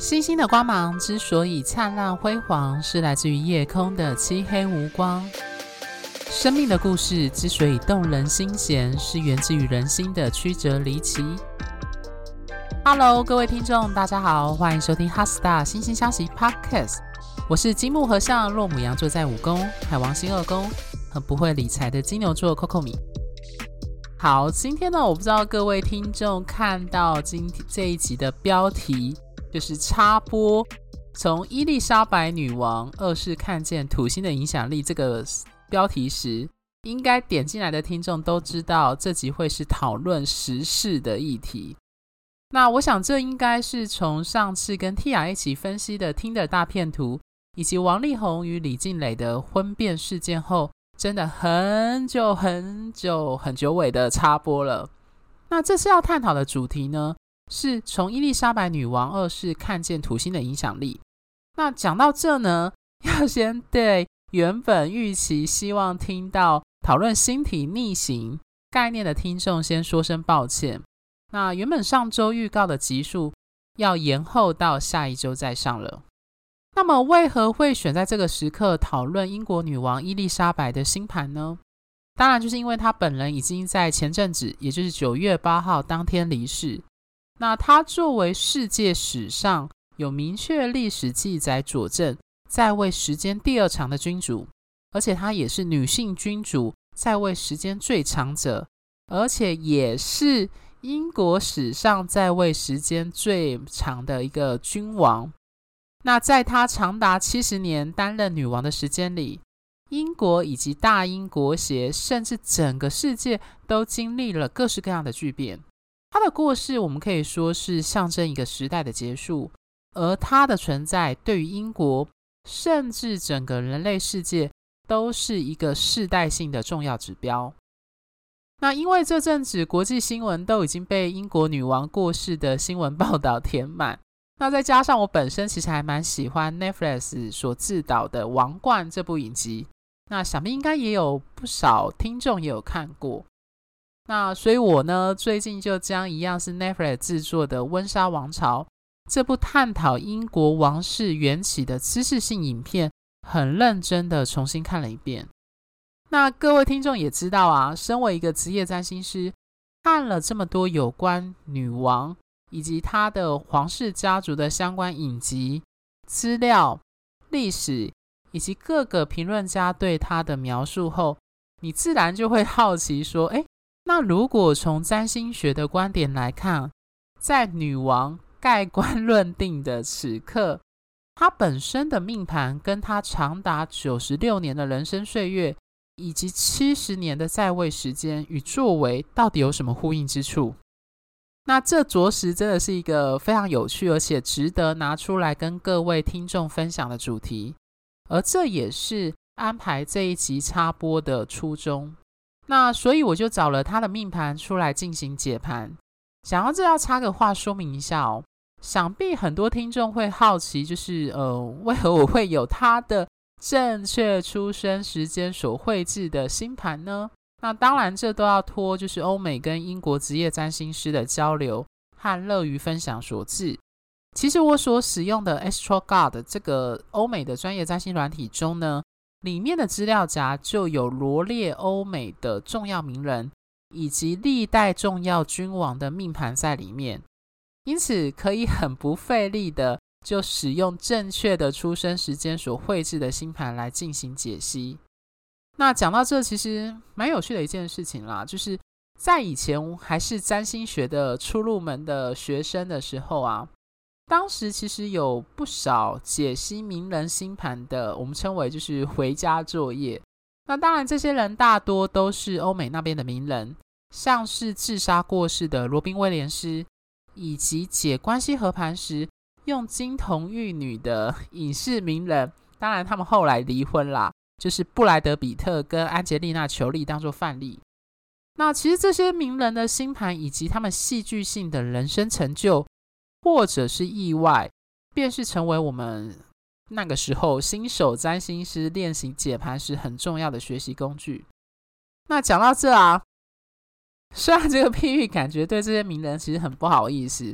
星星的光芒之所以灿烂辉煌，是来自于夜空的漆黑无光。生命的故事之所以动人心弦，是源自于人心的曲折离奇。Hello， 各位听众，大家好，欢迎收听 HeartStar 星星消息 Podcast。我是金木合相、落母羊座在5宫、海王星2宫，很不会理财的金牛座 Coco 米。好，今天呢，我不知道各位听众看到这一集的标题，就是插播从伊丽莎白女王2世看见土星的影响力这个标题时，应该点进来的听众都知道这集会是讨论时事的议题。那我想这应该是从上次跟 Tia 一起分析的 Tinder 大片图，以及王力宏与李静蕾的婚变事件后，真的很久尾的插播了。那这次要探讨的主题呢，是从伊丽莎白女王2世看见土星的影响力。那讲到这呢，要先对原本预期希望听到讨论星体逆行概念的听众先说声抱歉。那原本上周预告的集数要延后到下一周再上了。那么为何会选在这个时刻讨论英国女王伊丽莎白的星盘呢？当然就是因为她本人已经在前阵子，也就是9月8号当天离世。那她作为世界史上有明确历史记载佐证在位时间第2长的君主，而且她也是女性君主在位时间最长者，而且也是英国史上在位时间最长的一个君王。那在她长达70年担任女王的时间里，英国以及大英国协甚至整个世界都经历了各式各样的巨变。她的过世我们可以说是象征一个时代的结束，而她的存在对于英国甚至整个人类世界都是一个世代性的重要指标。那因为这阵子国际新闻都已经被英国女王过世的新闻报道填满，那再加上我本身其实还蛮喜欢 Netflix 所自导的《王冠》这部影集，那想必应该也有不少听众也有看过。那所以我呢，最近就将一样是 Netflix 制作的《温莎王朝》这部探讨英国王室缘起的知识性影片，很认真的重新看了一遍。那各位听众也知道啊，身为一个职业占星师，看了这么多有关女王以及她的皇室家族的相关影集、资料、历史以及各个评论家对她的描述后，你自然就会好奇说，那如果从占星学的观点来看，在女王盖棺论定的此刻，她本身的命盘跟她长达96年的人生岁月以及70年的在位时间与作为到底有什么呼应之处？那这着实真的是一个非常有趣而且值得拿出来跟各位听众分享的主题，而这也是安排这一集插播的初衷。那所以我就找了他的命盘出来进行解盘。想要这要插个话说明一下哦，想必很多听众会好奇，就是为何我会有他的正确出生时间所绘制的星盘呢？那当然这都要托就是欧美跟英国职业占星师的交流和乐于分享所致。其实我所使用的 AstroGuard 这个欧美的专业占星软体中呢，里面的资料夹就有罗列欧美的重要名人以及历代重要君王的命盘在里面，因此可以很不费力的就使用正确的出生时间所绘制的星盘来进行解析。那讲到这其实蛮有趣的一件事情啦，就是在以前还是占星学的初入门的学生的时候啊，当时其实有不少解析名人星盘的，我们称为就是回家作业。那当然这些人大多都是欧美那边的名人，像是自杀过世的罗宾威廉斯，以及解关系合盘时用金童玉女的影视名人，当然他们后来离婚啦，就是布莱德比特跟安吉丽娜裘丽当作范例。那其实这些名人的星盘以及他们戏剧性的人生成就或者是意外，便是成为我们那个时候新手占星师练习解盘时很重要的学习工具。那讲到这啊，虽然这个譬喻感觉对这些名人其实很不好意思，他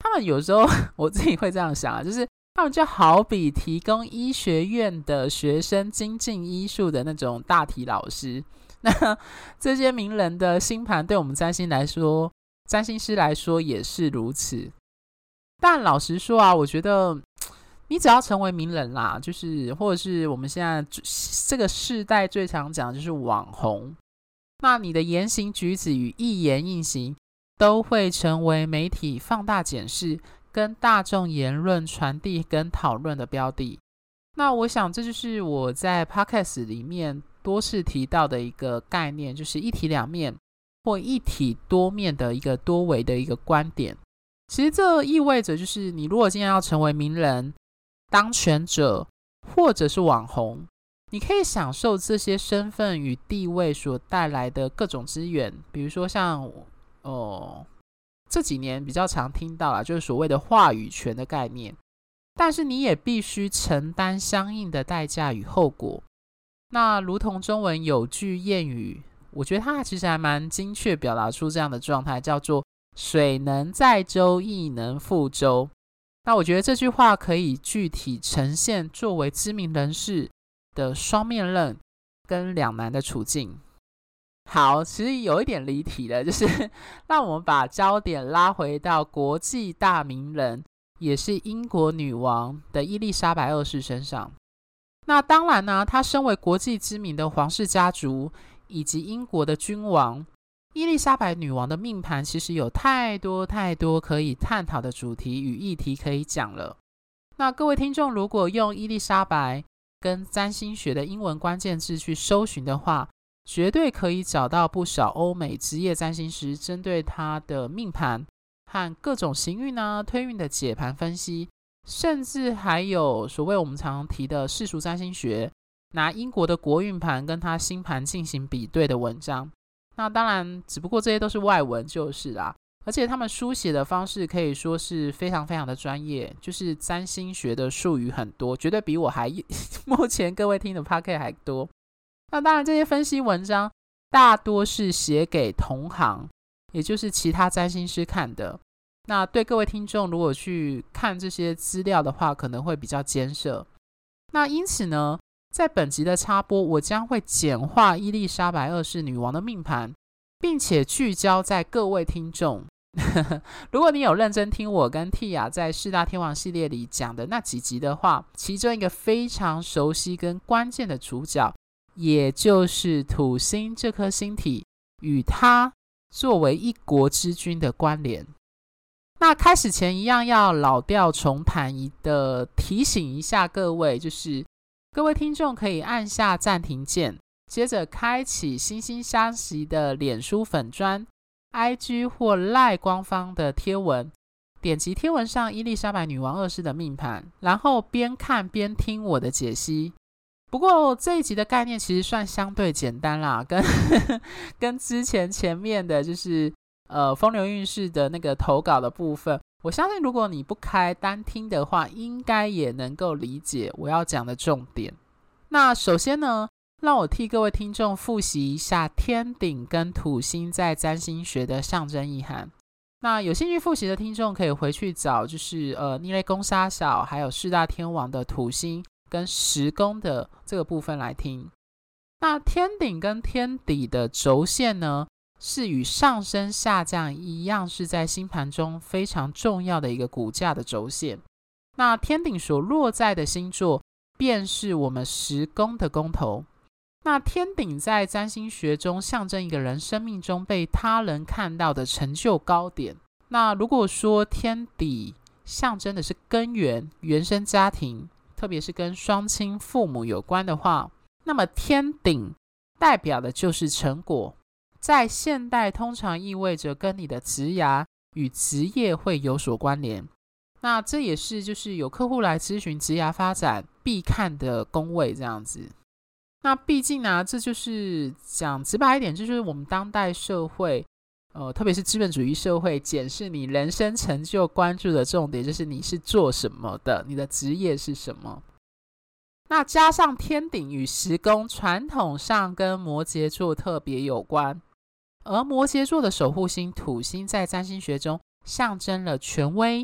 他们有时候我自己会这样想就是他们就好比提供医学院的学生精进医术的那种大体老师。那这些名人的星盘对我们占星师来说也是如此。但老实说啊，我觉得你只要成为名人啦，就是或者是我们现在这个世代最常讲的就是网红，那你的言行举止与一言一行都会成为媒体放大检视跟大众言论传递跟讨论的标的。那我想这就是我在 Podcast 里面多次提到的一个概念，就是一体两面或一体多面的一个多维的一个观点。其实这意味着就是你如果今天要成为名人、当权者或者是网红，你可以享受这些身份与地位所带来的各种资源，比如说像这几年比较常听到啦，就是所谓的话语权的概念，但是你也必须承担相应的代价与后果。那如同中文有句谚语，我觉得它其实还蛮精确表达出这样的状态，叫做水能载舟，亦能覆舟。那我觉得这句话可以具体呈现作为知名人士的双面刃跟两难的处境。好，其实有一点离题了，就是让我们把焦点拉回到国际大名人，也是英国女王的伊丽莎白二世身上。那当然呢，她身为国际知名的皇室家族以及英国的君王，伊丽莎白女王的命盘其实有太多可以探讨的主题与议题可以讲了。那各位听众如果用伊丽莎白跟占星学的英文关键字去搜寻的话，绝对可以找到不少欧美职业占星师针对她的命盘和各种行运推运的解盘分析，甚至还有所谓我们常提的世俗占星学，拿英国的国运盘跟她星盘进行比对的文章。那当然只不过这些都是外文就是啦，而且他们书写的方式可以说是非常的专业，就是占星学的术语很多，绝对比我还目前各位听的 Podcast 还多。那当然这些分析文章大多是写给同行，也就是其他占星师看的。那对各位听众如果去看这些资料的话，可能会比较艰涩。那因此呢，在本集的插播，我将会简化伊丽莎白二世女王的命盘，并且聚焦在各位听众如果你有认真听我跟 Tia 在四大天王系列里讲的那几集的话，其中一个非常熟悉跟关键的主角，也就是土星这颗星体与它作为一国之君的关联。那开始前一样要老调重弹的提醒一下各位，就是各位听众可以按下暂停键，接着开启惺惺相惜的脸书粉专、IG 或 LINE 官方的贴文，点击贴文上伊丽莎白女王二世的命盘，然后边看边听我的解析。不过这一集的概念其实算相对简单啦，跟之前面的就是风流运势的那个投稿的部分，我相信如果你不开单听的话，应该也能够理解我要讲的重点。那首先呢，让我替各位听众复习一下天顶跟土星在占星学的象征意涵。那有兴趣复习的听众可以回去找就是逆雷宫杀小还有四大天王的土星跟十宫的这个部分来听。那天顶跟天底的轴线呢，是与上升下降一样，是在星盘中非常重要的一个骨架的轴线。那天顶所落在的星座便是我们十宫的宫头。那天顶在占星学中象征一个人生命中被他人看到的成就高点。那如果说天底象征的是根源、原生家庭，特别是跟双亲父母有关的话，那么天顶代表的就是成果，在现代通常意味着跟你的职涯与职业会有所关联。那这也是就是有客户来咨询职涯发展必看的宫位这样子。那毕竟呢，这就是讲直白一点，就是我们当代社会特别是资本主义社会检视你人生成就关注的重点，就是你是做什么的，你的职业是什么。那加上天顶与十宫传统上跟摩羯座特别有关，而摩羯座的守护星土星在占星学中象征了权威、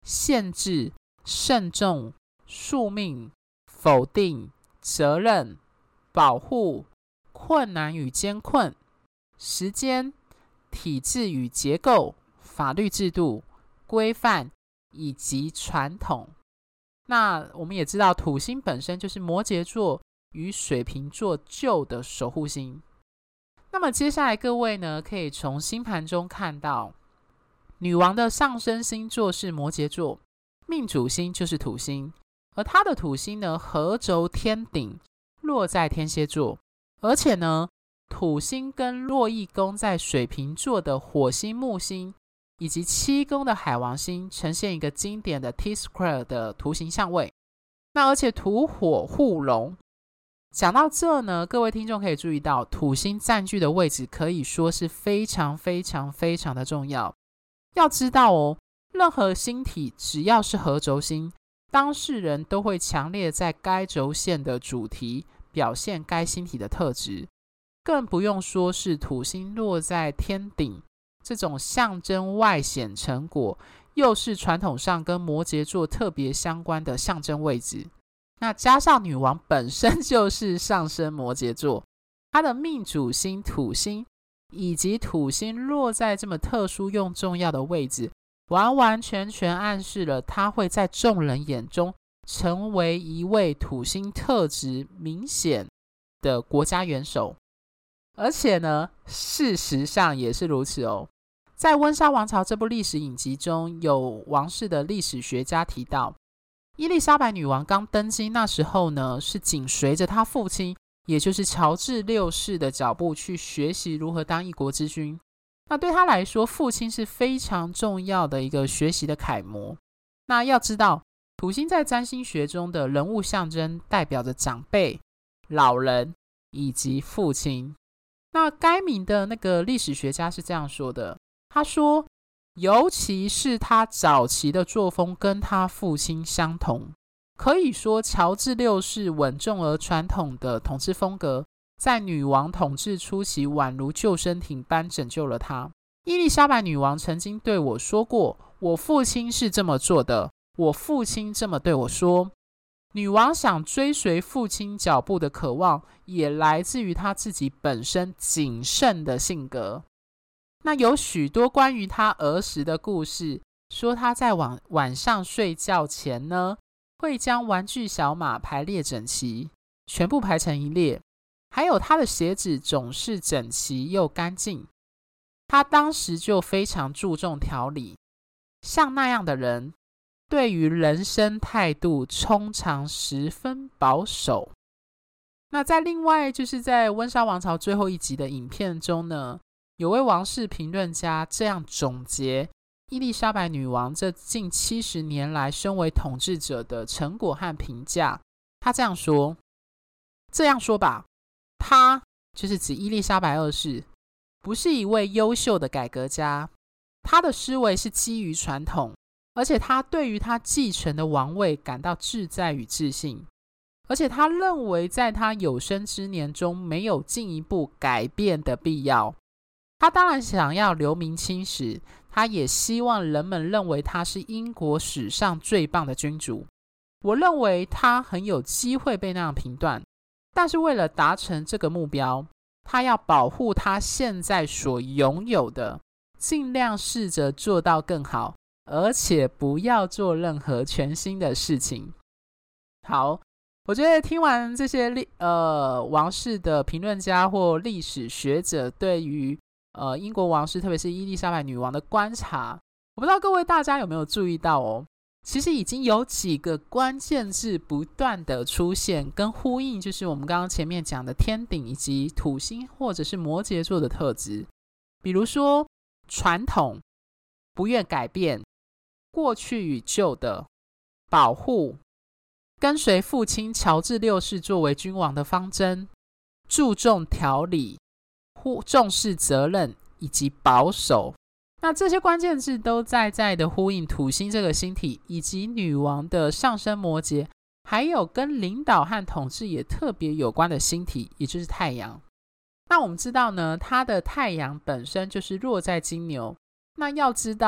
限制、慎重、宿命、否定、责任、保护、困难与艰困、时间、体制与结构、法律制度、规范以及传统。那我们也知道土星本身就是摩羯座与水瓶座旧的守护星。那么接下来各位呢，可以从星盘中看到，女王的上升星座是摩羯座，命主星就是土星，而她的土星呢合轴天顶，落在天蝎座，而且呢土星跟落役宫在水瓶座的火星、木星以及7宫的海王星呈现一个经典的 T-square 的图形相位。那而且土火互龙，讲到这呢，各位听众可以注意到土星占据的位置可以说是非常非常非常的重要。要知道哦，任何星体只要是合轴星，当事人都会强烈在该轴线的主题表现该星体的特质，更不用说是土星落在天顶这种象征外显成果，又是传统上跟摩羯座特别相关的象征位置。那加上女王本身就是上升摩羯座，她的命主星土星以及土星落在这么特殊又重要的位置，完完全全暗示了她会在众人眼中成为一位土星特质明显的国家元首。而且呢，事实上也是如此哦。在《温莎王朝》这部历史影集中，有王室的历史学家提到，伊丽莎白女王刚登基那时候呢，是紧随着她父亲，也就是乔治6世的脚步去学习如何当一国之君。那对她来说，父亲是非常重要的一个学习的楷模。那要知道，土星在占星学中的人物象征代表着长辈、老人以及父亲。那该名的那个历史学家是这样说的，他说，尤其是他早期的作风跟他父亲相同，可以说乔治6世稳重而传统的统治风格，在女王统治初期宛如救生艇般拯救了他。伊丽莎白女王曾经对我说过，我父亲是这么做的，我父亲这么对我说。女王想追随父亲脚步的渴望，也来自于她自己本身谨慎的性格。那有许多关于她儿时的故事，说她在晚上睡觉前呢，会将玩具小马排列整齐，全部排成一列，还有她的鞋子总是整齐又干净。她当时就非常注重条理，像那样的人对于人生态度通常十分保守。那在另外就是在《温莎王朝》最后一集的影片中呢，有位王室评论家这样总结伊丽莎白女王这近70年来身为统治者的成果和评价。他这样说吧，她就是指伊丽莎白2世，不是一位优秀的改革家，她的思维是基于传统，而且他对于他继承的王位感到自在与自信，而且他认为在他有生之年中没有进一步改变的必要。他当然想要留名青史，他也希望人们认为他是英国史上最棒的君主。我认为他很有机会被那样评断，但是为了达成这个目标，他要保护他现在所拥有的，尽量试着做到更好，而且不要做任何全新的事情。好，我觉得听完这些王室的评论家或历史学者对于英国王室特别是伊丽莎白女王的观察，我不知道各位大家有没有注意到哦，其实已经有几个关键字不断的出现跟呼应，就是我们刚刚前面讲的天顶以及土星或者是摩羯座的特质。比如说传统、不愿改变、过去与旧的、保护、跟随父亲乔治6世作为君王的方针、注重条理、重视责任以及保守。那这些关键字都在的呼应土星这个星体，以及女王的上升摩羯，还有跟领导和统治也特别有关的星体，也就是太阳。那我们知道呢，它的太阳本身就是落在金牛。那要知道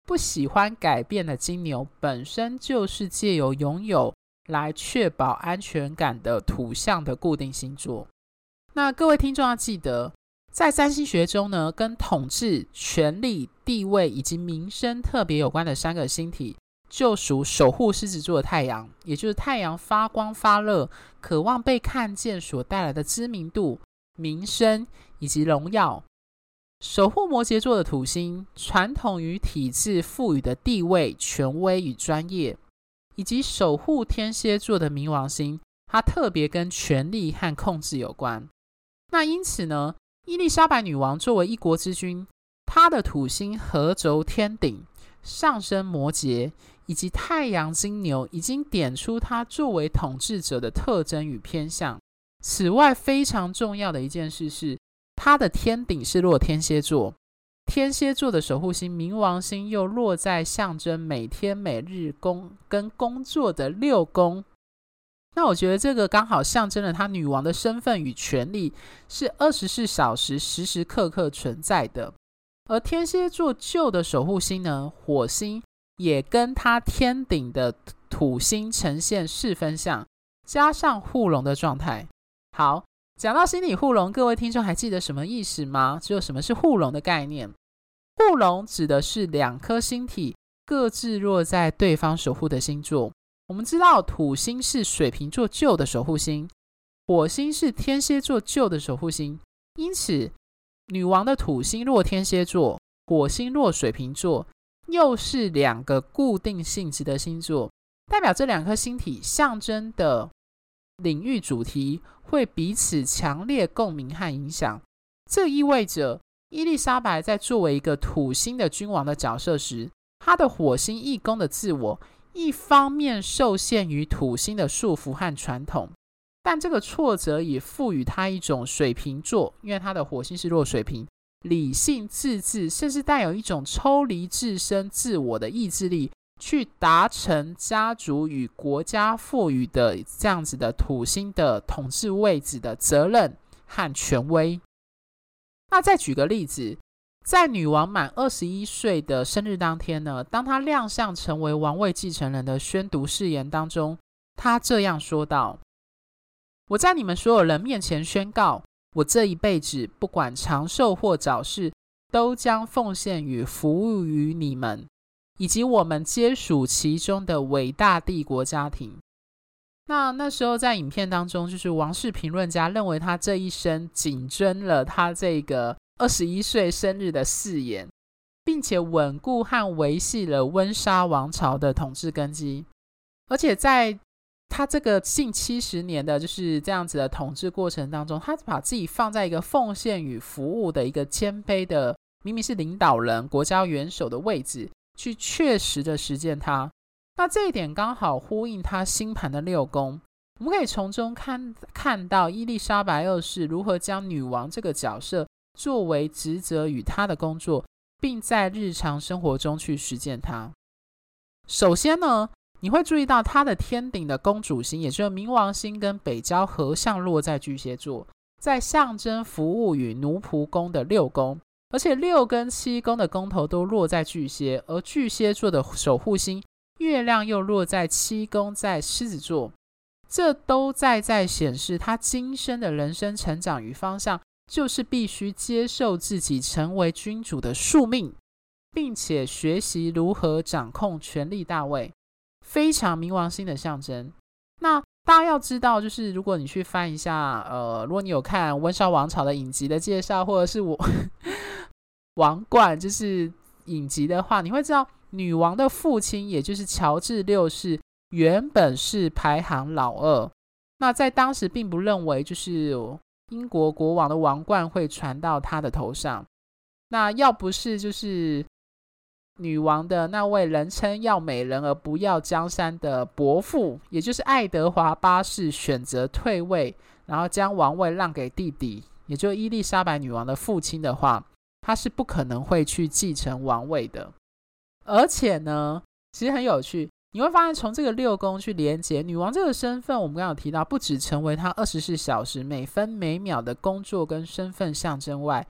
不喜欢改变的金牛本身就是借由拥有来确保安全感的土象的固定星座。那各位听众要记得，在占星学中呢，跟统治、权力、地位以及名声特别有关的3个星体，就属守护狮子座的太阳，也就是太阳发光发热，渴望被看见所带来的知名度、名声以及荣耀。守护摩羯座的土星，传统与体制赋予的地位、权威与专业，以及守护天蝎座的冥王星，它特别跟权力和控制有关。那因此呢，伊丽莎白女王作为一国之君，她的土星合轴天顶、上升摩羯以及太阳金牛，已经点出她作为统治者的特征与偏向。此外，非常重要的一件事是，他的天顶是落天蝎座，天蝎座的守护星冥王星又落在象征每天每日跟工作的6宫。那我觉得这个刚好象征了他女王的身份与权力是24小时时时刻刻存在的。而天蝎座旧的守护星呢，火星也跟他天顶的土星呈现4分相，加上护龙的状态。好，讲到心理护龙，各位听众还记得什么意思吗？就什么是护龙的概念？护龙指的是2颗星体各自落在对方守护的星座。我们知道土星是水瓶座旧的守护星，火星是天蝎座旧的守护星，因此女王的土星落天蝎座，火星落水瓶座，又是2个固定性质的星座，代表这2颗星体象征的领域主题会彼此强烈共鸣和影响。这意味着伊丽莎白在作为一个土星的君王的角色时，她的火星一宫的自我一方面受限于土星的束缚和传统，但这个挫折也赋予她一种水瓶座，因为她的火星是落水瓶，理性自治，甚至带有一种抽离自身自我的意志力，去达成家族与国家赋予的这样子的土星的统治位置的责任和权威。那再举个例子，在女王满21岁的生日当天呢，当她亮相成为王位继承人的宣读誓言当中，她这样说道：我在你们所有人面前宣告，我这一辈子不管长寿或早逝，都将奉献与服务于你们以及我们皆属其中的伟大帝国家庭。那时候在影片当中，就是王室评论家认为他这一生谨遵了他这个21岁生日的誓言，并且稳固和维系了温莎王朝的统治根基。而且在他这个近70年的就是这样子的统治过程当中，他把自己放在一个奉献与服务的一个谦卑的，明明是领导人、国家元首的位置，去确实的实践它。那这一点刚好呼应他星盘的6宫，我们可以从中看到伊丽莎白2世如何将女王这个角色作为职责与她的工作，并在日常生活中去实践它。首先呢，你会注意到她的天顶的公主星，也就是冥王星跟北交合相落在巨蟹座，在象征服务与奴仆宫的6宫，而且6跟7宫的宫头都落在巨蟹，而巨蟹座的守护星月亮又落在7宫，在狮子座，这都在显示他今生的人生成长与方向，就是必须接受自己成为君主的宿命，并且学习如何掌控权力大位，非常冥王星的象征。那大家要知道，就是如果你去翻一下如果你有看温莎王朝的影集的介绍，或者是我王冠就是影集的话，你会知道女王的父亲也就是乔治6世原本是排行老2，那在当时并不认为就是英国国王的王冠会传到他的头上。那要不是就是女王的那位人称要美人而不要江山的伯父，也就是爱德华8世选择退位，然后将王位让给弟弟，也就是伊丽莎白女王的父亲的话，他是不可能会去继承王位的。而且呢，其实很有趣，你会发现从这个6宫去连接女王这个身份，我们刚刚有提到，不只成为她24小时每分每秒的工作跟身份象征外，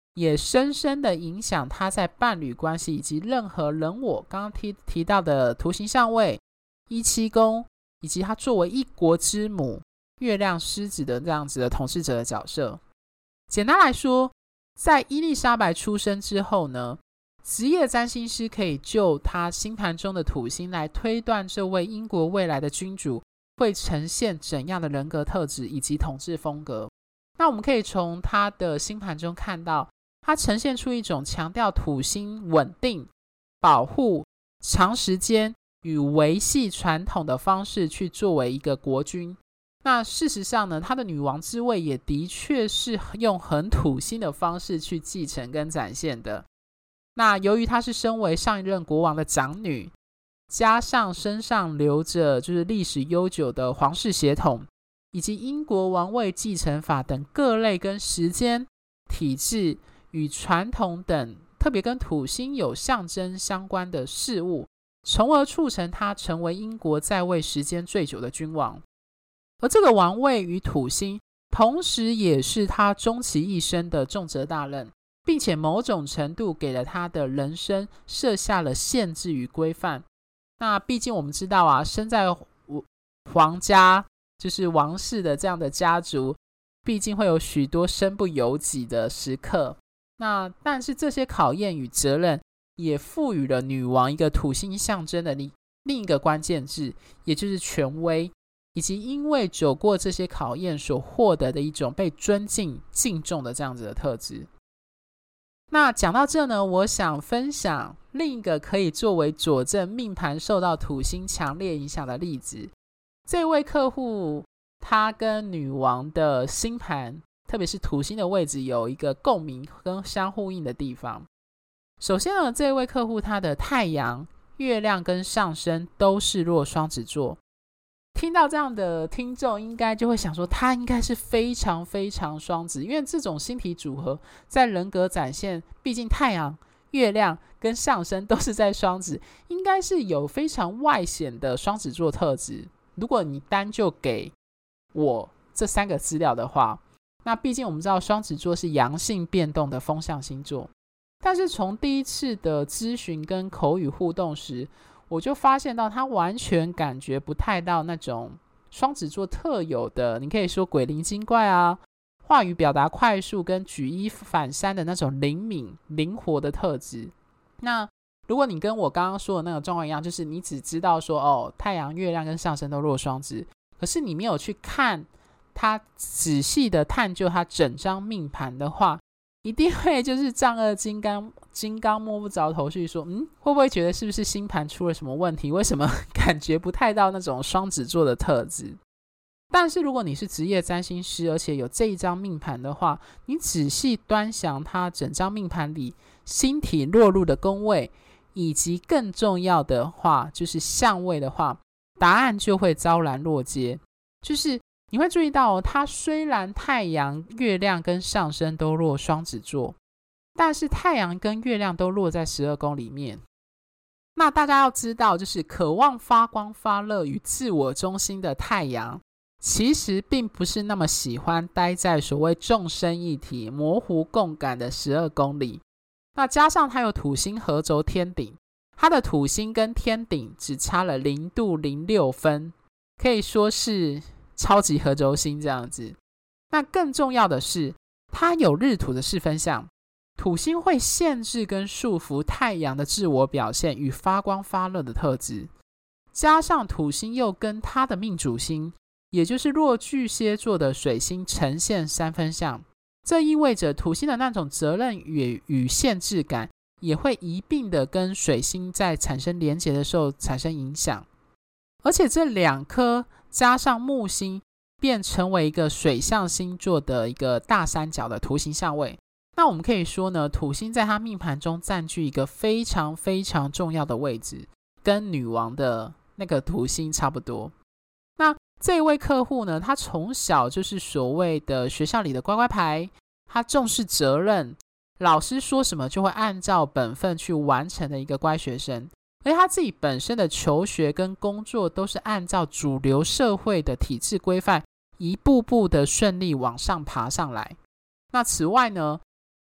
也深深的影响他在伴侣关系以及任何人我刚刚提到的图形相位、17宫，以及他作为一国之母月亮狮子的这样子的统治者的角色。简单来说，在伊丽莎白出生之后呢，职业占星师可以就他星盘中的土星来推断这位英国未来的君主会呈现怎样的人格特质以及统治风格。那我们可以从他的星盘中看到，他呈现出一种强调土星稳定、保护、长时间与维系传统的方式去作为一个国君。那事实上呢，他的女王之位也的确是用很土星的方式去继承跟展现的。那由于她是身为上一任国王的长女，加上身上流着就是历史悠久的皇室血统，以及英国王位继承法等各类跟时间、体制与传统等特别跟土星有象征相关的事物，从而促成他成为英国在位时间最久的君王。而这个王位与土星同时也是他终其一生的重责大任，并且某种程度给了他的人生设下了限制与规范。那毕竟我们知道啊，身在皇家就是王室的这样的家族，毕竟会有许多身不由己的时刻。但是这些考验与责任也赋予了女王一个土星象征的另一个关键字，也就是权威，以及因为走过这些考验所获得的一种被尊敬、敬重的这样子的特质。那讲到这呢，我想分享另一个可以作为佐证命盘受到土星强烈影响的例子。这位客户他跟女王的星盘，特别是土星的位置有一个共鸣跟相呼应的地方。首先呢，这位客户他的太阳、月亮跟上升都是落双子座。听到这样的听众应该就会想说，他应该是非常非常双子，因为这种星体组合在人格展现，毕竟太阳、月亮跟上升都是在双子，应该是有非常外显的双子座特质。如果你单就给我这3个资料的话，那毕竟我们知道双子座是阳性变动的风象星座，但是从第一次的咨询跟口语互动时，我就发现到他完全感觉不太到那种双子座特有的，你可以说鬼灵精怪啊，话语表达快速跟举一反三的那种灵敏灵活的特质。那如果你跟我刚刚说的那个状况一样，就是你只知道说太阳、月亮跟上升都落双子，可是你没有去看他仔细的探究他整张命盘的话，一定会就是丈二金刚摸不着头绪，说会不会觉得是不是星盘出了什么问题？为什么感觉不太到那种双子座的特质？但是如果你是职业占星师，而且有这一张命盘的话，你仔细端详他整张命盘里星体落入的宫位，以及更重要的话就是相位的话，答案就会昭然若揭。就是你会注意到他虽然太阳、月亮跟上升都落双子座，但是太阳跟月亮都落在12宫里面。那大家要知道，就是渴望发光发热与自我中心的太阳，其实并不是那么喜欢待在所谓众生一体、模糊共感的12宫里。那加上它有土星合轴天顶，它的土星跟天顶只差了0度06分，可以说是超级合轴星这样子。那更重要的是，它有日土的4分相，土星会限制跟束缚太阳的自我表现与发光发热的特质，加上土星又跟它的命主星，也就是落巨蟹座的水星呈现3分相，这意味着土星的那种责任与限制感也会一并的跟水星在产生连结的时候产生影响。而且这2颗加上木星，便成为一个水象星座的一个大三角的图形相位。那我们可以说呢，土星在他命盘中占据一个非常非常重要的位置，跟女王的那个土星差不多。那这位客户呢，他从小就是所谓的学校里的乖乖牌，他重视责任，老师说什么就会按照本分去完成的一个乖学生。而他自己本身的求学跟工作都是按照主流社会的体制规范，一步步的顺利往上爬上来。那此外呢，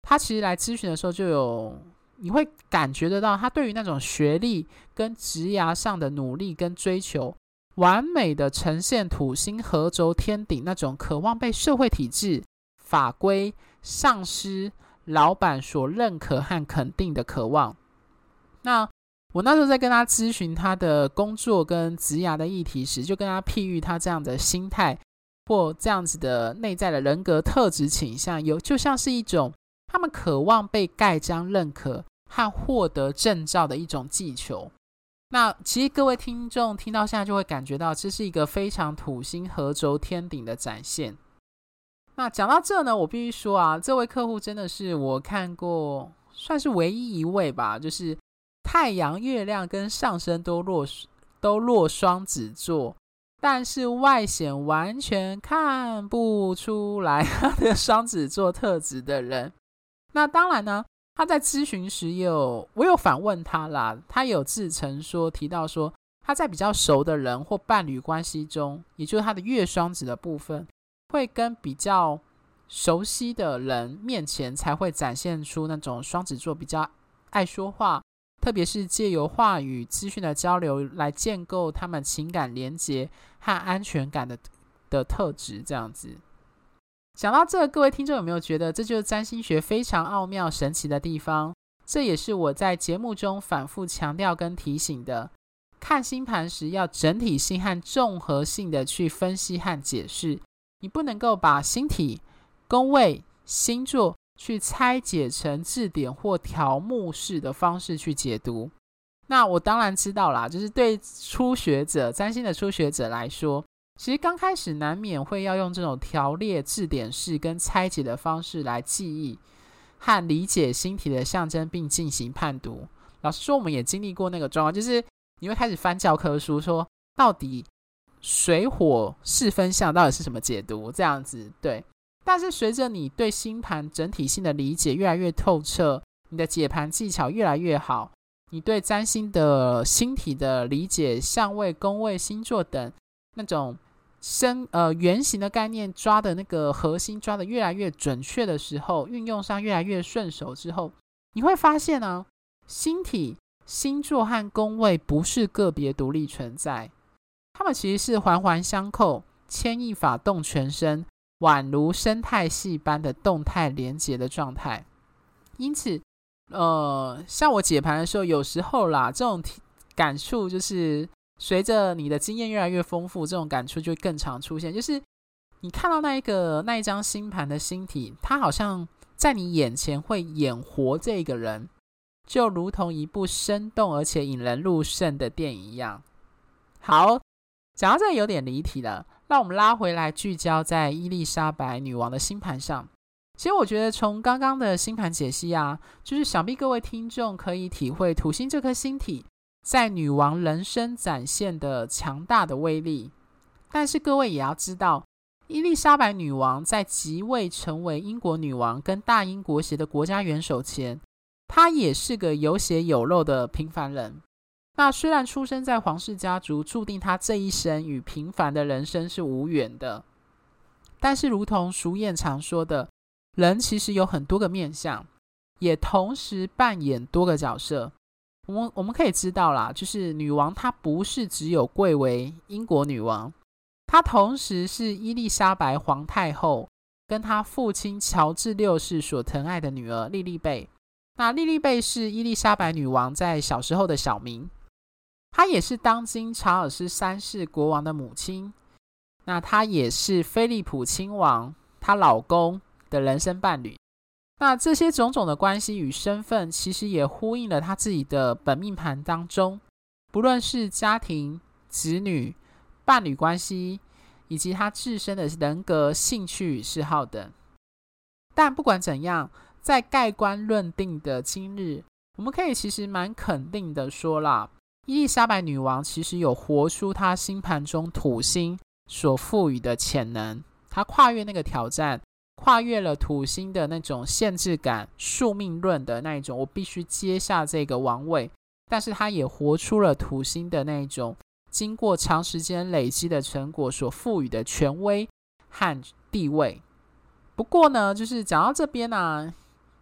他其实来咨询的时候你会感觉得到他对于那种学历跟职涯上的努力跟追求，完美的呈现土星合轴天顶那种渴望被社会体制、法规、上司、老板所认可和肯定的渴望。那我那时候在跟他咨询他的工作跟职涯的议题时，就跟他譬喻他这样的心态或这样子的内在的人格特质倾向，就像是一种他们渴望被盖章认可和获得证照的一种技球。那其实各位听众听到现在就会感觉到，这是一个非常土星合轴天顶的展现。那讲到这呢，我必须说啊，这位客户真的是我看过算是唯一一位吧，就是太阳、月亮跟上升都落双子座，但是外显完全看不出来他的双子座特质的人。那当然呢，他在咨询时我有反问他啦，他有自称提到说他在比较熟的人或伴侣关系中，也就是他的月双子的部分，会跟比较熟悉的人面前才会展现出那种双子座比较爱说话，特别是借由话语资讯的交流来建构他们情感连结和安全感的特质这样子。讲到这，各位听众有没有觉得这就是占星学非常奥妙神奇的地方？这也是我在节目中反复强调跟提醒的，看星盘时要整体性和综合性的去分析和解释，你不能够把星体、宫位、星座去拆解成字典或条目式的方式去解读。那我当然知道啦，就是对初学者、占星的初学者来说，其实刚开始难免会要用这种条列、字典式跟拆解的方式来记忆和理解星体的象征，并进行判读。老实说，我们也经历过那个状况，就是你会开始翻教科书，说到底水火四分相到底是什么解读这样子。对，但是随着你对星盘整体性的理解越来越透彻，你的解盘技巧越来越好，你对占星的星体的理解、相位、宫位、星座等那种原型的概念抓的那个核心抓的越来越准确的时候，运用上越来越顺手之后，你会发现啊，星体、星座和宫位不是个别独立存在，它们其实是环环相扣，牵一发动全身，宛如生态系般的动态连结的状态。因此像我解盘的时候，有时候啦，这种感触就是随着你的经验越来越丰富，这种感触就更常出现，就是你看到那一张星盘的星体，它好像在你眼前会演活这个人，就如同一部生动而且引人入胜的电影一样。好，讲到这里有点离题了，让我们拉回来聚焦在伊丽莎白女王的星盘上。其实我觉得从刚刚的星盘解析啊，就是想必各位听众可以体会土星这颗星体在女王人生展现的强大的威力。但是各位也要知道，伊丽莎白女王在即位成为英国女王跟大英国协的国家元首前，她也是个有血有肉的平凡人。那虽然出生在皇室家族，注定她这一生与平凡的人生是无缘的，但是如同俗谚常说的，人其实有很多个面向，也同时扮演多个角色。我们可以知道啦，就是女王她不是只有贵为英国女王，她同时是伊丽莎白皇太后跟她父亲乔治六世所疼爱的女儿莉莉贝。那莉莉贝是伊丽莎白女王在小时候的小名，她也是当今查尔斯三世国王的母亲。那她也是菲利普亲王她老公的人生伴侣。那这些种种的关系与身份，其实也呼应了他自己的本命盘当中，不论是家庭、子女、伴侣关系，以及他自身的人格、兴趣与嗜好等。但不管怎样，在盖棺论定的今日，我们可以其实蛮肯定的说啦，伊丽莎白女王其实有活出她星盘中土星所赋予的潜能，她跨越那个挑战，跨越了土星的那种限制感、宿命论的那一种我必须接下这个王位，但是他也活出了土星的那一种经过长时间累积的成果所赋予的权威和地位。不过呢，就是讲到这边啊，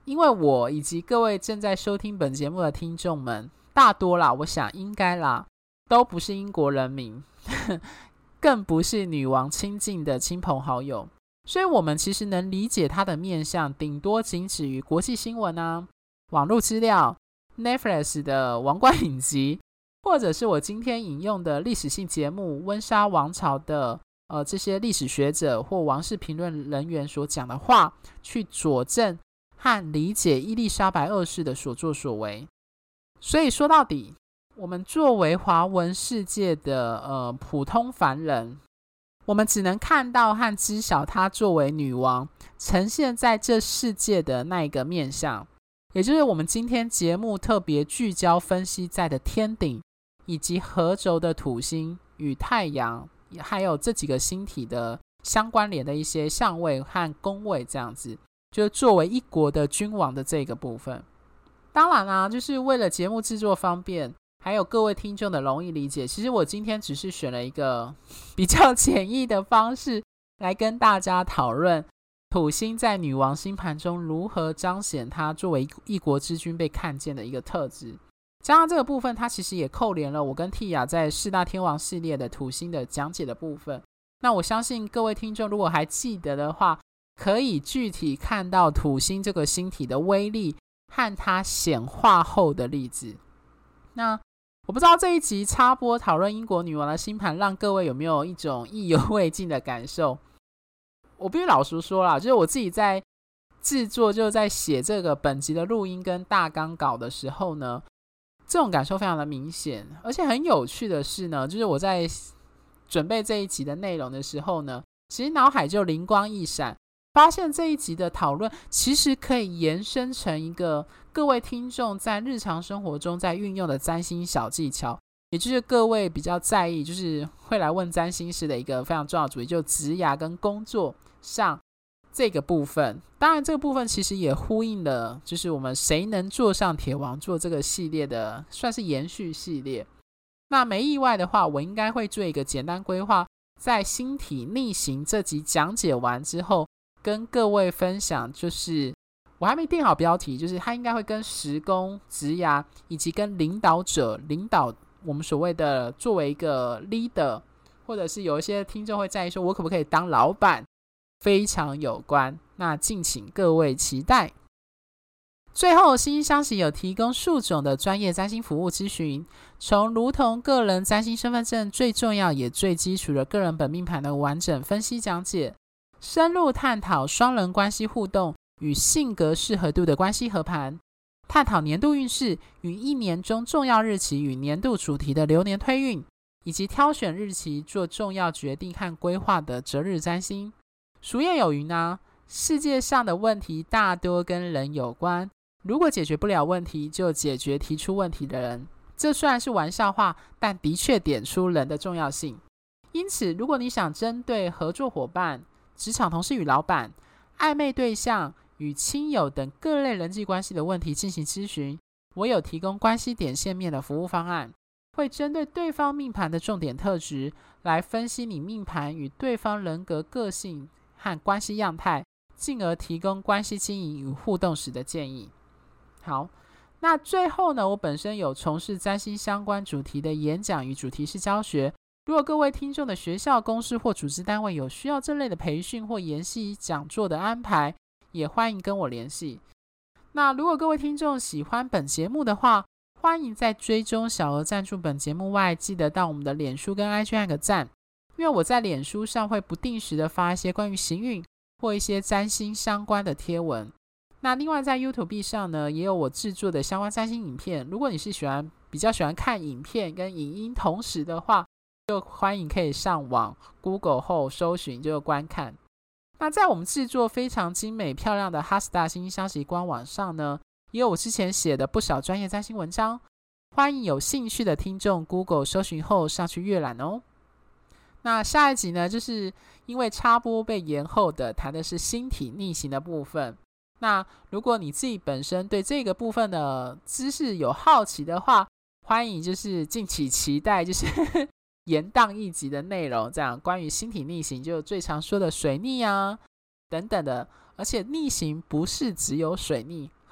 因为我以及各位正在收听本节目的听众们，大多啦，我想应该啦，都不是英国人民，更不是女王亲近的亲朋好友，所以我们其实能理解她的面向，顶多仅止于国际新闻啊、网络资料、Netflix 的王冠影集，或者是我今天引用的历史性节目《温莎王朝》的这些历史学者或王室评论人员所讲的话，去佐证和理解伊丽莎白二世的所作所为。所以说到底，我们作为华文世界的普通凡人，我们只能看到和知晓她作为女王呈现在这世界的那一个面向，也就是我们今天节目特别聚焦分析在的天顶以及合轴的土星与太阳还有这几个星体的相关联的一些相位和宫位，这样子就是作为一国的君王的这个部分。当然啦，就是为了节目制作方便，还有各位听众的容易理解，其实我今天只是选了一个比较简易的方式来跟大家讨论土星在女王星盘中如何彰显它作为一国之君被看见的一个特质。加上这个部分，它其实也扣连了我跟蒂亚在四大天王系列的土星的讲解的部分。那我相信各位听众如果还记得的话，可以具体看到土星这个星体的威力和它显化后的例子。那我不知道这一集插播讨论英国女王的星盘，让各位有没有一种意犹未尽的感受？我必须老实说啦，就是我自己在制作，就在写这个本集的录音跟大纲稿的时候呢，这种感受非常的明显。而且很有趣的是呢，就是我在准备这一集的内容的时候呢，其实脑海就灵光一闪，发现这一集的讨论其实可以延伸成一个各位听众在日常生活中在运用的占星小技巧，也就是各位比较在意，就是会来问占星师的一个非常重要的主题，就职涯跟工作上这个部分。当然这个部分其实也呼应了就是我们谁能坐上铁王座这个系列的算是延续系列。那没意外的话，我应该会做一个简单规划，在星体逆行这集讲解完之后跟各位分享，就是我还没定好标题，就是它应该会跟时宫、职涯以及跟领导者、领导我们所谓的作为一个 leader， 或者是有一些听众会在意说我可不可以当老板，非常有关。那敬请各位期待。最后，星星相惜有提供数种的专业占星服务咨询，从如同个人占星身份证最重要也最基础的个人本命盘的完整分析讲解，深入探讨双人关系互动与性格适合度的关系合盘，探讨年度运势与一年中重要日期与年度主题的流年推运，以及挑选日期做重要决定和规划的择日占星。俗谚有云啊，世界上的问题大多跟人有关，如果解决不了问题，就解决提出问题的人。这虽然是玩笑话，但的确点出人的重要性。因此，如果你想针对合作伙伴、职场同事与老板、暧昧对象与亲友等各类人际关系的问题进行咨询，我有提供关系点线面的服务方案，会针对对方命盘的重点特质来分析你命盘与对方人格个性和关系样态，进而提供关系经营与互动时的建议。好，那最后呢，我本身有从事占星相关主题的演讲与主题式教学，如果各位听众的学校、公司或组织单位有需要这类的培训或研习讲座的安排，也欢迎跟我联系。那如果各位听众喜欢本节目的话，欢迎在追踪小额赞助本节目外，记得到我们的脸书跟 IG 按个赞，因为我在脸书上会不定时的发一些关于行运或一些占星相关的贴文。那另外在 YouTube 上呢，也有我制作的相关占星影片，如果你是比较喜欢看影片跟影音同时的话，就欢迎可以上网 Google 后搜寻就观看。那在我们制作非常精美漂亮的哈斯大星星相惜官网上呢，也有我之前写的不少专业占星文章，欢迎有兴趣的听众 Google 搜寻后上去阅览哦。那下一集呢，就是因为插播被延后的，谈的是星体逆行的部分。那如果你自己本身对这个部分的知识有好奇的话，欢迎就是敬请期待，就是延宕一集的内容，这样关于星体逆行，就最常说的水逆啊等等的。而且逆行不是只有水逆，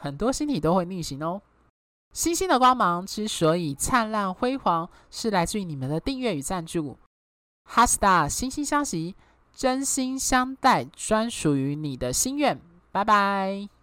很多星体都会逆行哦。星星的光芒之所以灿烂辉煌，是来自于你们的订阅与赞助。哈斯塔惺惺相惜，真心相待，专属于你的心愿。拜拜。